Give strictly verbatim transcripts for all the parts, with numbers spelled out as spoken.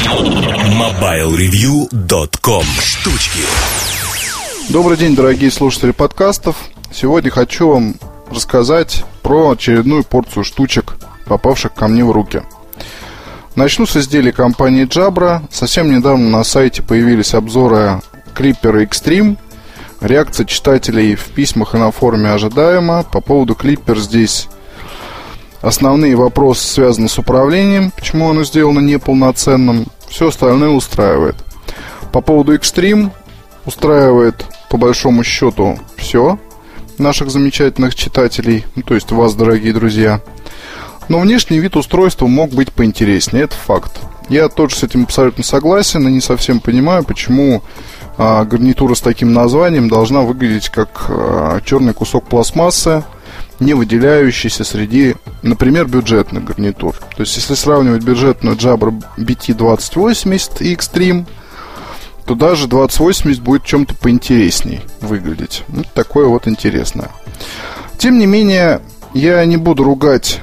мобайл ревью точка ком. Штучки. Добрый день, дорогие слушатели подкастов. Сегодня хочу вам рассказать про очередную порцию штучек, попавших ко мне в руки. Начну с изделий компании Jabra. Совсем недавно на сайте появились обзоры Clipper Extreme. Реакция читателей в письмах и на форуме ожидаема. По поводу Clipper здесь основные вопросы связаны с управлением, почему оно сделано неполноценным. Все остальное устраивает. По поводу Extreme устраивает по большому счету все наших замечательных читателей, ну, то есть вас, дорогие друзья. Но внешний вид устройства мог быть поинтереснее, это факт. Я тоже с этим абсолютно согласен и не совсем понимаю, почему а, гарнитура с таким названием должна выглядеть как а, черный кусок пластмассы, не выделяющийся среди, например, бюджетных гарнитур. То есть, если сравнивать бюджетную Jabra би ти двадцать восемьдесят и Extreme, то даже двадцать восемьдесят будет чем-то поинтересней выглядеть. Вот такое вот интересное. Тем не менее, я не буду ругать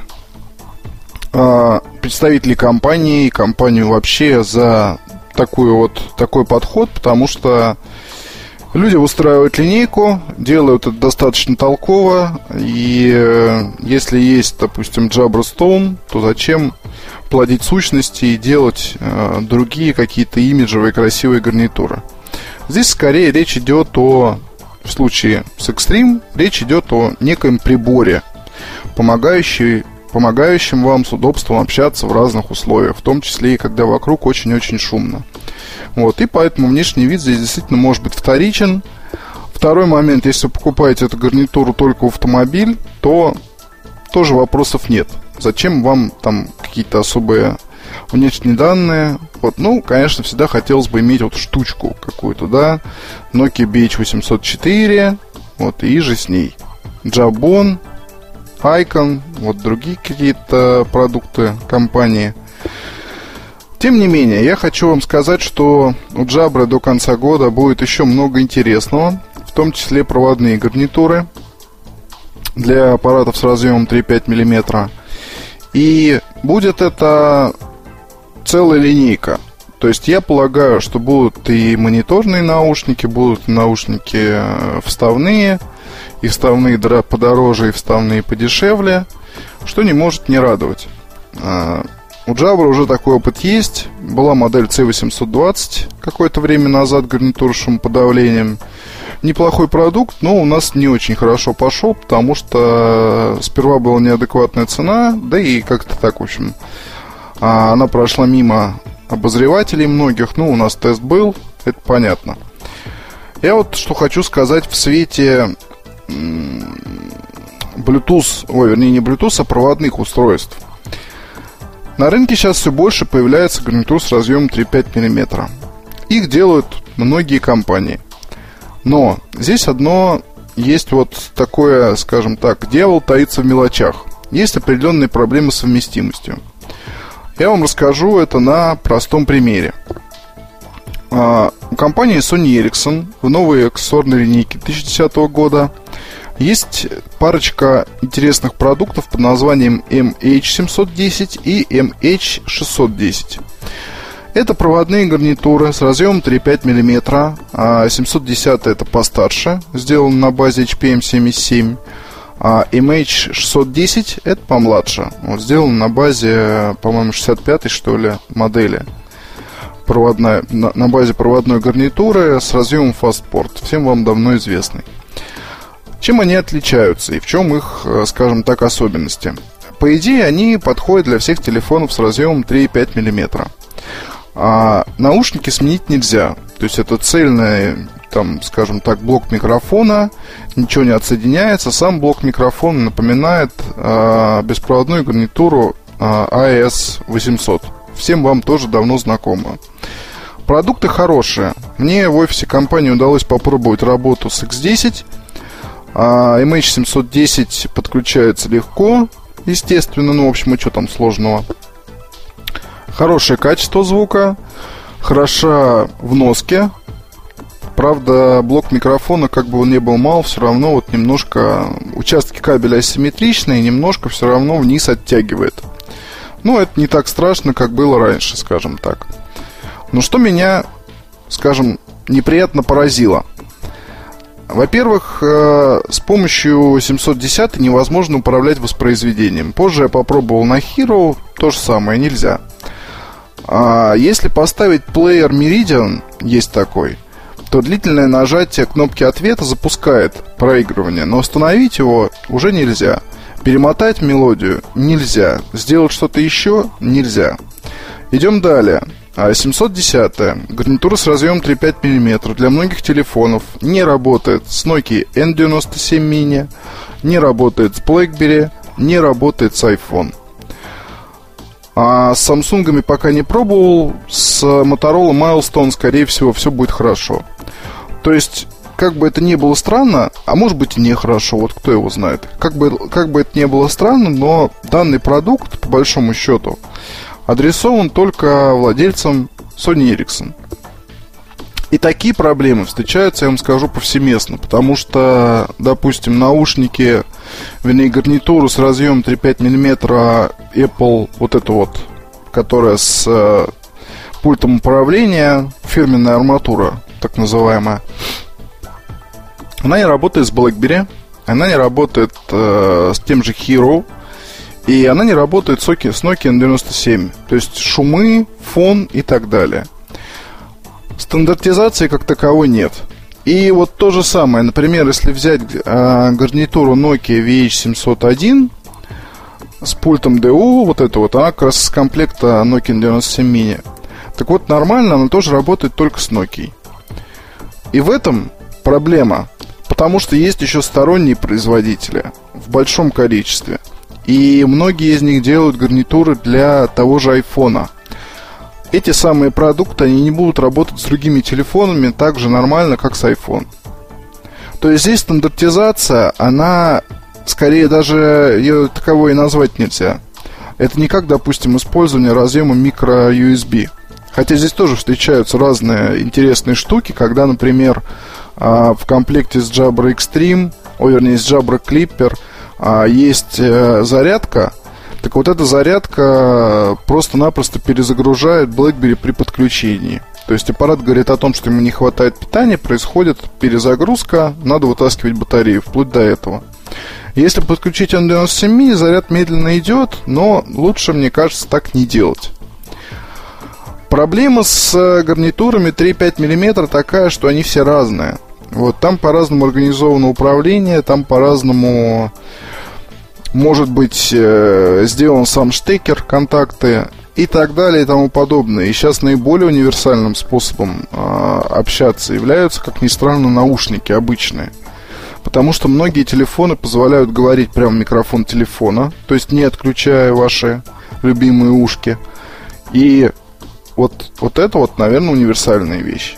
э, представителей компании и компанию вообще за такую вот, такой подход, потому что люди устраивают линейку, делают это достаточно толково, и э, если есть, допустим, Jabra Stone, то зачем плодить сущности и делать э, другие какие-то имиджевые красивые гарнитуры? Здесь скорее речь идет о, в случае с Extreme, речь идет о некоем приборе, помогающий, помогающем вам с удобством общаться в разных условиях, в том числе и когда вокруг очень-очень шумно. Вот, и поэтому внешний вид здесь действительно может быть вторичен. Второй момент, если вы покупаете эту гарнитуру только в автомобиль, то тоже вопросов нет. Зачем вам там какие-то особые внешние данные? Вот, ну, конечно, всегда хотелось бы иметь вот штучку какую-то, да, Nokia би эйч восемьсот четыре, вот, и же с ней Jabon, Icon, вот другие какие-то продукты компании. Тем не менее, я хочу вам сказать, что у Jabra до конца года будет еще много интересного, в том числе проводные гарнитуры для аппаратов с разъемом три и пять миллиметра. И будет это целая линейка. То есть я полагаю, что будут и мониторные наушники, будут наушники вставные, и вставные подороже, и вставные подешевле, что не может не радовать. У Jabra уже такой опыт есть. Была модель си восемьсот двадцать какое-то время назад, гарнитура с шумоподавлением. Неплохой продукт, но у нас не очень хорошо пошел, потому что сперва была неадекватная цена, да и как-то так, в общем, она прошла мимо обозревателей многих. Ну, у нас тест был, это понятно. Я вот что хочу сказать в свете Bluetooth, ой, вернее не Bluetooth, а проводных устройств. На рынке сейчас все больше появляется гарнитур с разъемом три и пять миллиметра. Их делают многие компании. Но здесь одно есть вот такое, скажем так, дьявол таится в мелочах. Есть определенные проблемы с совместимостью. Я вам расскажу это на простом примере. А, у компании Sony Ericsson в новой аксессуарной линейке две тысячи десятого года есть парочка интересных продуктов под названием эм эйч семьсот десять и эм эйч шестьсот десять. Это проводные гарнитуры с разъемом три и пять миллиметра, а семьсот десять это постарше, сделан на базе эйч пи эм семьдесят семь, а эм эйч шестьсот десять это помладше, вот, сделан на базе, по-моему, шестьдесят пятой, что ли, модели, проводная, на, на базе проводной гарнитуры с разъемом Fastport, всем вам давно известный. Чем они отличаются и в чем их, скажем так, особенности? По идее, они подходят для всех телефонов с разъемом три и пять миллиметра. А наушники сменить нельзя. То есть это цельный, там, скажем так, блок микрофона, ничего не отсоединяется. Сам блок микрофона напоминает а, беспроводную гарнитуру а, эй эс восемьсот. Всем вам тоже давно знакомо. Продукты хорошие. Мне в офисе компании удалось попробовать работу с икс десять. А эм эйч семьсот десять подключается легко, естественно, ну, в общем, и что там сложного. Хорошее качество звука, хороша в носке. Правда, блок микрофона, как бы он ни был мал, все равно вот немножко участки кабеля асимметричные, немножко все равно вниз оттягивает. Ну, это не так страшно, как было раньше, скажем так. Но что меня, скажем, неприятно поразило. Во-первых, с помощью семьсот десять невозможно управлять воспроизведением. Позже я попробовал на Hero, то же самое, нельзя. Если поставить плеер Meridian, есть такой, то длительное нажатие кнопки ответа запускает проигрывание, но остановить его уже нельзя. Перемотать мелодию нельзя. Сделать что-то еще нельзя. Идем далее. семьсот десять. Гарнитура с разъемом три и пять миллиметра для многих телефонов. Не работает с Nokia эн девяносто семь mini, не работает с BlackBerry, не работает с iPhone. А с Samsung'ами пока не пробовал. С Motorola Milestone, скорее всего, все будет хорошо. То есть, как бы это ни было странно, а может быть и нехорошо, вот кто его знает. Как бы, как бы это ни было странно, но данный продукт, по большому счету, адресован только владельцам Sony Ericsson. И такие проблемы встречаются, я вам скажу, повсеместно. Потому что, допустим, наушники, вернее, гарнитуру с разъемом три и пять миллиметра Apple, вот эту вот, которая с э, пультом управления, фирменная арматура, так называемая, она не работает с BlackBerry, она не работает э, с тем же Hero, и она не работает с Nokia эн девяносто семь. То есть шумы, фон и так далее. Стандартизации как таковой нет. И вот то же самое, например, если взять э, гарнитуру Nokia ви эйч семьсот один с пультом ди ю, вот это вот, она как раз с комплекта Nokia эн девяносто семь mini. Так вот, нормально, она тоже работает только с Nokia. И в этом проблема, потому что есть еще сторонние производители в большом количестве. И многие из них делают гарнитуры для того же айфона. Эти самые продукты, они не будут работать с другими телефонами так же нормально, как с iPhone. То есть здесь стандартизация, она, скорее даже ее таковой и назвать нельзя. Это не как, допустим, использование разъема микро-ю эс би. Хотя здесь тоже встречаются разные интересные штуки, когда, например, в комплекте с Jabra Extreme, о, вернее, с Jabra Clipper есть зарядка. Так вот, эта зарядка просто-напросто перезагружает BlackBerry при подключении. То есть аппарат говорит о том, что ему не хватает питания, происходит перезагрузка, надо вытаскивать батарею, вплоть до этого. Если подключить эн девяносто семь mini, заряд медленно идет, но лучше, мне кажется, так не делать. Проблема с гарнитурами три и пять миллиметра такая, что они все разные. Вот, там по-разному организовано управление, там по-разному может быть э, сделан сам штекер, контакты и так далее и тому подобное. И сейчас наиболее универсальным способом э, общаться являются, как ни странно, наушники обычные. Потому что многие телефоны позволяют говорить прямо в микрофон телефона, то есть не отключая ваши любимые ушки. И вот, вот это вот, наверное, универсальная вещь.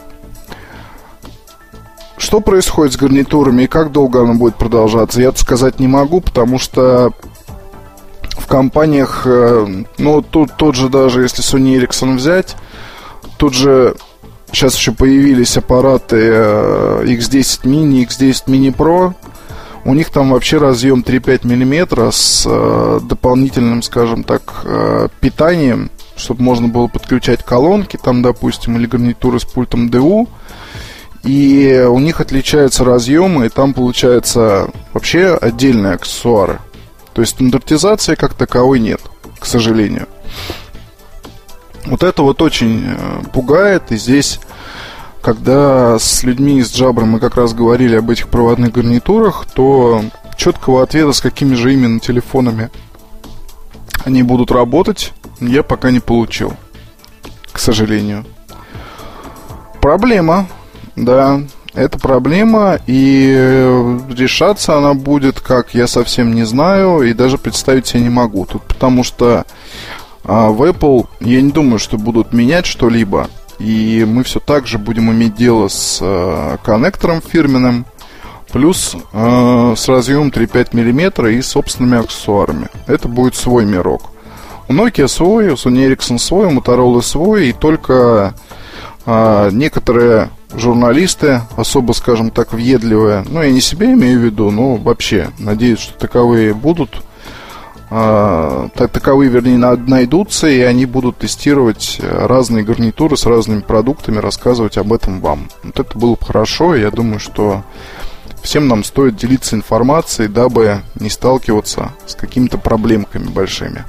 Что происходит с гарнитурами и как долго оно будет продолжаться, я сказать не могу, потому что в компаниях, ну, тут тот же даже, если Sony Ericsson взять, тут же сейчас еще появились аппараты икс десять mini, икс десять mini Pro. У них там вообще разъем три и пять миллиметра с дополнительным, скажем так, питанием, чтобы можно было подключать колонки, там, допустим, или гарнитуры с пультом ди ю. И у них отличаются разъемы, и там получается вообще отдельные аксессуары. То есть стандартизации как таковой нет, к сожалению. Вот это вот очень пугает. И здесь, когда с людьми из Jabra мы как раз говорили об этих проводных гарнитурах, то четкого ответа, с какими же именно телефонами они будут работать, я пока не получил, к сожалению. Проблема. Да, это проблема, и решаться она будет, как, я совсем не знаю, и даже представить себе не могу. Тут потому что а, в Apple я не думаю, что будут менять что-либо, и мы все так же будем иметь дело с а, коннектором фирменным, плюс а, с разъемом три и пять миллиметра и собственными аксессуарами. Это будет свой мирок. У Nokia свой, у Sony Ericsson свой, у Motorola свой, и только а, некоторые журналисты, особо, скажем так, въедливые, ну, я не себя имею в виду, но вообще, надеюсь, что таковые будут, а, таковые, вернее, найдутся, и они будут тестировать разные гарнитуры с разными продуктами, рассказывать об этом вам. Вот это было бы хорошо, и я думаю, что всем нам стоит делиться информацией, дабы не сталкиваться с какими-то проблемками большими.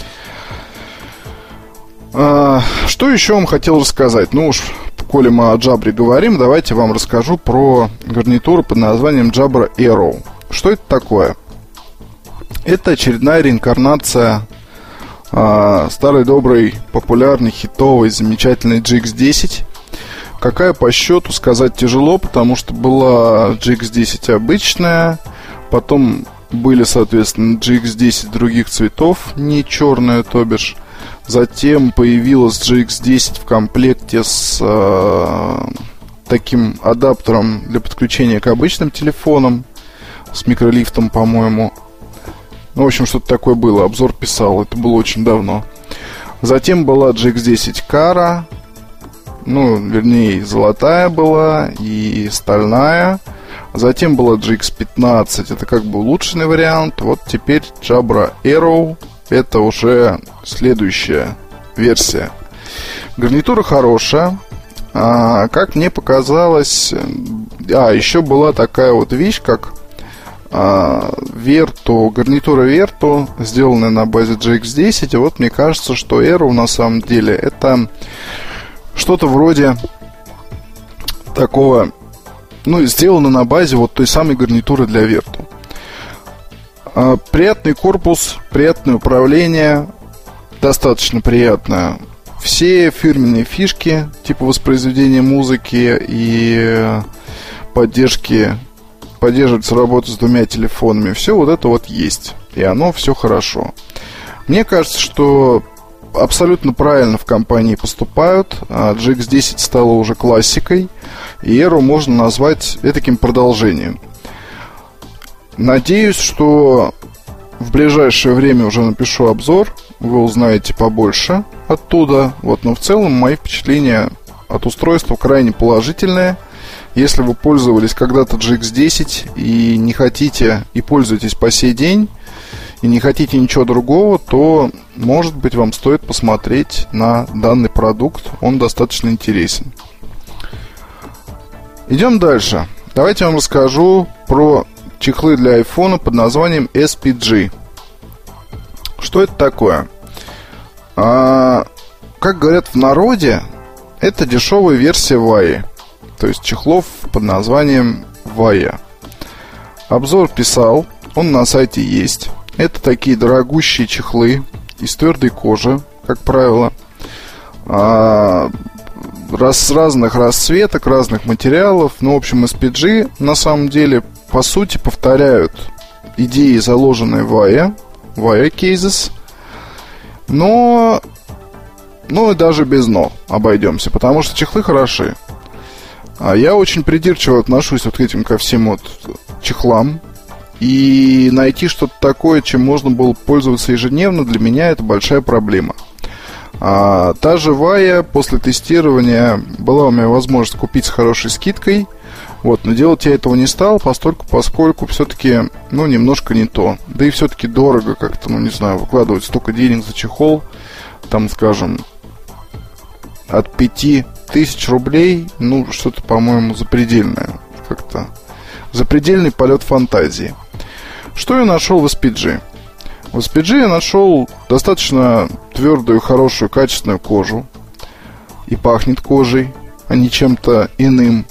а, Что еще вам хотел рассказать? Ну уж, коли мы о Jabra говорим, давайте вам расскажу про гарнитуру под названием Jabra Aero. Что это такое? Это очередная реинкарнация а, старой доброй, популярной, хитовой, замечательной джи икс десять. Какая по счету, сказать тяжело, потому что была джи икс десять обычная, потом были, соответственно, джи икс десять других цветов, не черная, то бишь. Затем появилась джи икс десять в комплекте с а, таким адаптером для подключения к обычным телефонам, с микролифтом, по-моему. Ну, в общем, что-то такое было. Обзор писал, это было очень давно. Затем была джи икс десять Cara. Ну, вернее, золотая была и стальная. Затем была джи икс пятнадцать. Это как бы улучшенный вариант. Вот теперь Jabra Aero. Это уже следующая версия. Гарнитура хорошая. а, Как мне показалось. А, еще была такая вот вещь, как Vertu, гарнитура Vertu, сделанная на базе джи икс десять. И вот мне кажется, что Aero на самом деле это что-то вроде такого, ну, сделано на базе вот той самой гарнитуры для Vertu. а, Приятный корпус, приятное управление, достаточно приятное. Все фирменные фишки типа воспроизведения музыки и поддержки поддерживается работа с двумя телефонами. Все вот это вот есть. И оно все хорошо. Мне кажется, что абсолютно правильно в компании поступают. джи икс десять стала уже классикой, и Aero можно назвать этаким продолжением. Надеюсь, что в ближайшее время уже напишу обзор. Вы узнаете побольше оттуда. Вот, но в целом мои впечатления от устройства крайне положительные. Если вы пользовались когда-то джи икс десять и не хотите, и пользуетесь по сей день, и не хотите ничего другого, то, может быть, вам стоит посмотреть на данный продукт. Он достаточно интересен. Идем дальше. Давайте я вам расскажу про чехлы для айфона под названием эс пи джи. Что это такое? А, как говорят в народе, это дешевая версия Vaio. То есть чехлов под названием Vaio. Обзор писал, он на сайте есть. Это такие дорогущие чехлы из твердой кожи, как правило, а, с разных расцветок, разных материалов. Ну, в общем, эс пи джи на самом деле, по сути, повторяют идеи, заложенные в Vaio, Vaio Cases. Но, ну и даже без «но» обойдемся, потому что чехлы хороши. А я очень придирчиво отношусь вот к этим ко всем вот чехлам. И найти что-то такое, чем можно было пользоваться ежедневно, для меня это большая проблема. А, та же Vaio после тестирования была у меня возможность купить с хорошей скидкой. Вот, но делать я этого не стал, поскольку, поскольку все-таки, ну, немножко не то. Да и все-таки дорого как-то, ну, не знаю, выкладывать столько денег за чехол, там, скажем, от пяти тысяч рублей, ну, что-то, по-моему, запредельное. Как-то запредельный полет фантазии. Что я нашел в эс пи джи? В эс пи джи я нашел достаточно твердую, хорошую, качественную кожу. И пахнет кожей, а не чем-то иным.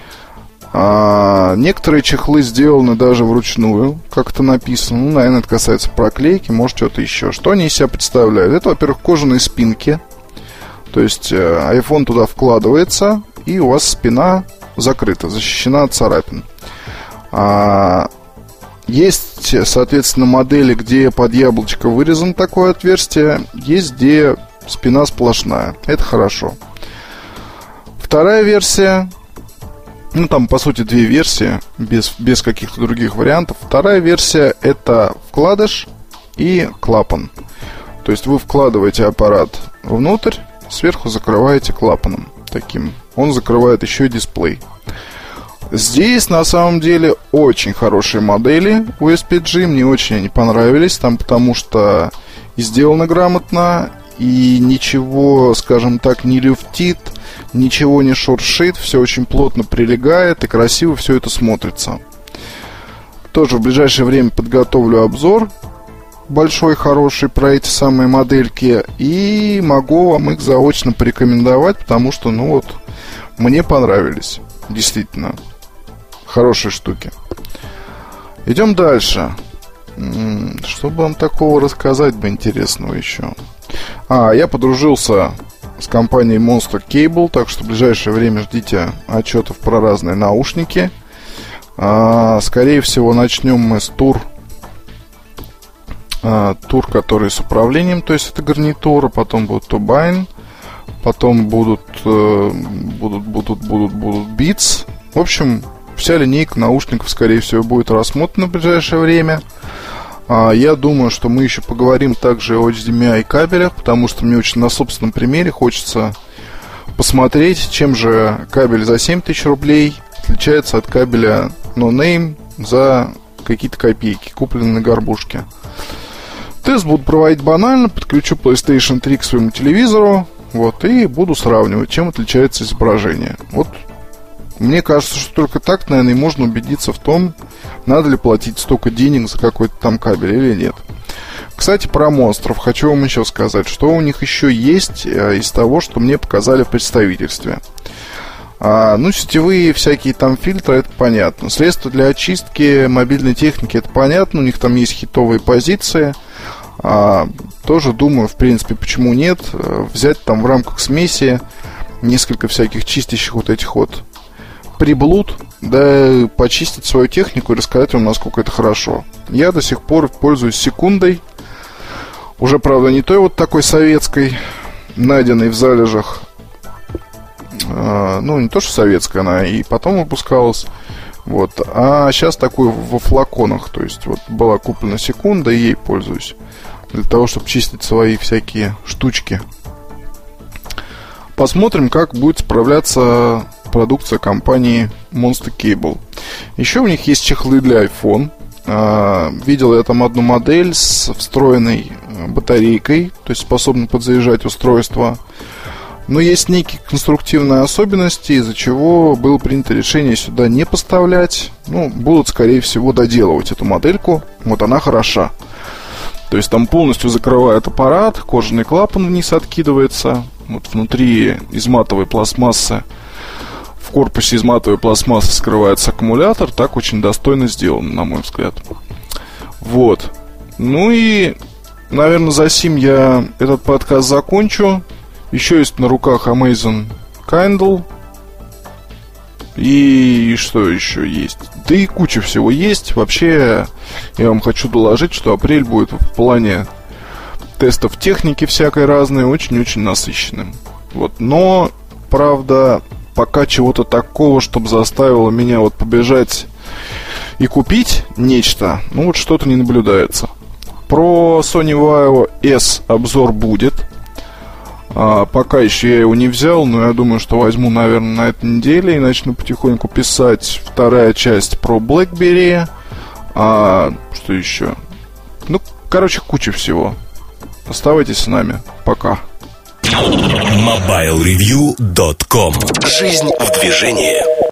А некоторые чехлы сделаны даже вручную, как это написано. Ну, наверное, это касается проклейки, может, что-то еще. Что они из себя представляют? Это, во-первых, кожаные спинки. То есть iPhone туда вкладывается, и у вас спина закрыта, защищена от царапин. А, есть, соответственно, модели, где под яблочко вырезано такое отверстие. Есть, где спина сплошная. Это хорошо. Вторая версия. Ну, там, по сути, две версии, без, без каких-то других вариантов. Вторая версия – это вкладыш и клапан. То есть вы вкладываете аппарат внутрь, сверху закрываете клапаном таким. Он закрывает еще и дисплей. Здесь на самом деле очень хорошие модели у эс пи джи. Мне очень они понравились, там, потому что и сделано грамотно, и ничего, скажем так, не люфтит, ничего не шуршит, все очень плотно прилегает и красиво все это смотрится. Тоже в ближайшее время подготовлю обзор большой, хороший про эти самые модельки, и могу вам их заочно порекомендовать, потому что, ну вот, мне понравились. Действительно, хорошие штуки. Идем дальше. Что бы вам такого рассказать бы интересного еще? А, я подружился с компанией Monster Cable, так что в ближайшее время ждите отчетов про разные наушники. а, Скорее всего, начнем мы с тур а, Тур, который с управлением, то есть это гарнитура. Потом будут Turbine. Потом будут Будут, будут, будут, будут Beats. В общем, вся линейка наушников, скорее всего, будет рассмотрена в ближайшее время. Я думаю, что мы еще поговорим также о эйч ди эм ай кабелях, потому что мне очень на собственном примере хочется посмотреть, чем же кабель за семь тысяч рублей отличается от кабеля No Name за какие-то копейки, купленные на горбушке. Тест буду проводить банально. Подключу PlayStation три к своему телевизору, вот, и буду сравнивать, чем отличается изображение. Вот, мне кажется, что только так, наверное, и можно убедиться в том, надо ли платить столько денег за какой-то там кабель или нет. Кстати, про монстров хочу вам еще сказать, что у них еще есть из того, что мне показали в представительстве. А, ну, сетевые всякие там фильтры, это понятно. Средства для очистки мобильной техники, это понятно. У них там есть хитовые позиции. А, тоже думаю, в принципе, почему нет, взять там в рамках смеси несколько всяких чистящих вот этих вот приблуд, да, почистить свою технику и рассказать вам, насколько это хорошо. Я до сих пор пользуюсь секундой. Уже, правда, не той вот такой советской, найденной в залежах. а, Ну, не то, что советская, она и потом выпускалась. Вот. А сейчас такой во флаконах. То есть вот была куплена секунда, и ей пользуюсь для того, чтобы чистить свои всякие штучки. Посмотрим, как будет справляться продукция компании Monster Cable. Еще у них есть чехлы для iPhone. а, Видел я там одну модель с встроенной батарейкой, то есть способна подзаряжать устройство. Но есть некие конструктивные особенности, из-за чего было принято решение сюда не поставлять. Ну, будут, скорее всего, доделывать эту модельку. Вот она хороша. То есть там полностью закрывает аппарат, кожаный клапан вниз откидывается. Вот внутри из матовой пластмассы, в корпусе из матовой пластмассы скрывается аккумулятор. Так очень достойно сделано, на мой взгляд. Вот. Ну и, наверное, за сим я этот подкаст закончу. Еще есть на руках Amazon Kindle. И что еще есть? Да и куча всего есть. Вообще, я вам хочу доложить, что апрель будет в плане тестов техники всякой разной очень-очень насыщенным. Вот. Но, правда, пока чего-то такого, чтобы заставило меня вот побежать и купить нечто, ну вот что-то не наблюдается. Про Sony Vaio S обзор будет. А, пока еще я его не взял, но я думаю, что возьму, наверное, на этой неделе и начну потихоньку писать. Вторая часть про BlackBerry. А, что еще? Ну, короче, куча всего. Оставайтесь с нами. Пока. мобайл ревью точка ком. Жизнь в движении.